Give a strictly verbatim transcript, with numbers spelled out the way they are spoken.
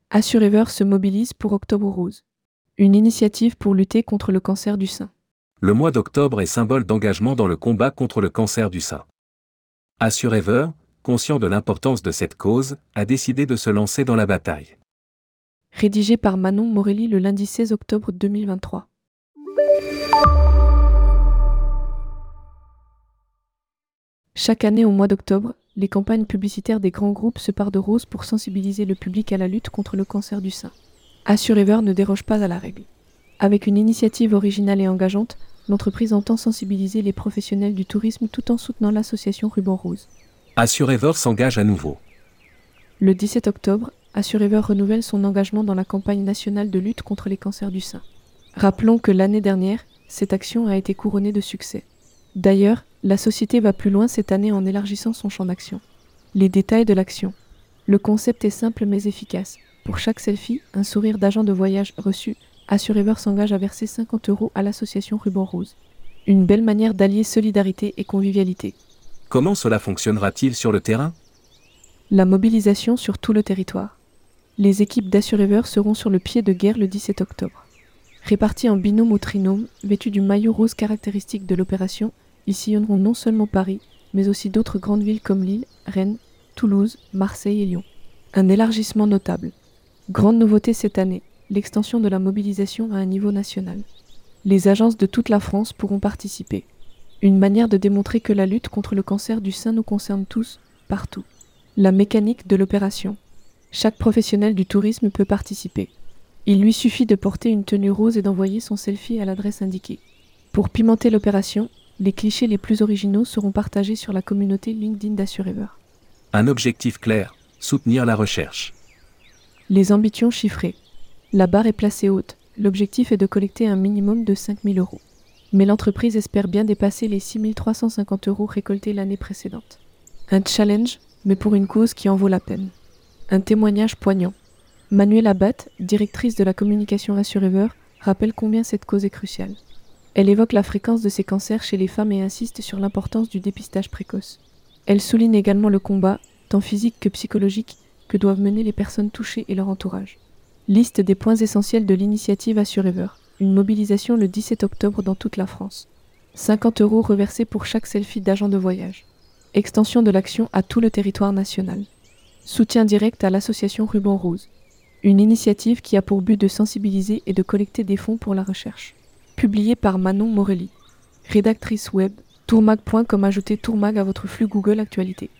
Assurever se mobilise pour Octobre Rose, une initiative pour lutter contre le cancer du sein. Le mois d'octobre est symbole d'engagement dans le combat contre le cancer du sein. Assurever, conscient de l'importance de cette cause, a décidé de se lancer dans la bataille. Rédigé par Manon Morelli le lundi seize octobre deux mille vingt-trois. Chaque année au mois d'octobre, les campagnes publicitaires des grands groupes se parent de rose pour sensibiliser le public à la lutte contre le cancer du sein. Assurever ne déroge pas à la règle. Avec une initiative originale et engageante, l'entreprise entend sensibiliser les professionnels du tourisme tout en soutenant l'association Ruban Rose. Assurever s'engage à nouveau. Le dix-sept octobre, Assurever renouvelle son engagement dans la campagne nationale de lutte contre les cancers du sein. Rappelons que l'année dernière, cette action a été couronnée de succès. D'ailleurs, la société va plus loin cette année en élargissant son champ d'action. Les détails de l'action. Le concept est simple mais efficace. Pour chaque selfie, un sourire d'agent de voyage reçu, Assurever s'engage à verser cinquante euros à l'association Ruban Rose. Une belle manière d'allier solidarité et convivialité. Comment cela fonctionnera-t-il sur le terrain ? La mobilisation sur tout le territoire. Les équipes d'Assurever seront sur le pied de guerre le dix-sept octobre. Répartis en binôme ou trinôme, vêtus du maillot rose caractéristique de l'opération, ils sillonneront non seulement Paris, mais aussi d'autres grandes villes comme Lille, Rennes, Toulouse, Marseille et Lyon. Un élargissement notable. Grande nouveauté cette année, l'extension de la mobilisation à un niveau national. Les agences de toute la France pourront participer. Une manière de démontrer que la lutte contre le cancer du sein nous concerne tous, partout. La mécanique de l'opération. Chaque professionnel du tourisme peut participer. Il lui suffit de porter une tenue rose et d'envoyer son selfie à l'adresse indiquée. Pour pimenter l'opération, les clichés les plus originaux seront partagés sur la communauté LinkedIn d'Assurever. Un objectif clair, soutenir la recherche. Les ambitions chiffrées. La barre est placée haute. L'objectif est de collecter un minimum de cinq mille euros. Mais l'entreprise espère bien dépasser les six mille trois cent cinquante euros récoltés l'année précédente. Un challenge, mais pour une cause qui en vaut la peine. Un témoignage poignant. Manuela Batt, directrice de la communication Assurever, rappelle combien cette cause est cruciale. Elle évoque la fréquence de ces cancers chez les femmes et insiste sur l'importance du dépistage précoce. Elle souligne également le combat, tant physique que psychologique, que doivent mener les personnes touchées et leur entourage. Liste des points essentiels de l'initiative Assurever. Une mobilisation le dix-sept octobre dans toute la France. cinquante euros reversés pour chaque selfie d'agent de voyage. Extension de l'action à tout le territoire national. Soutien direct à l'association Ruban Rose. Une initiative qui a pour but de sensibiliser et de collecter des fonds pour la recherche. Publié par Manon Morelli. Rédactrice web, tourmag point com. Ajoutez Tourmag à votre flux Google Actualité.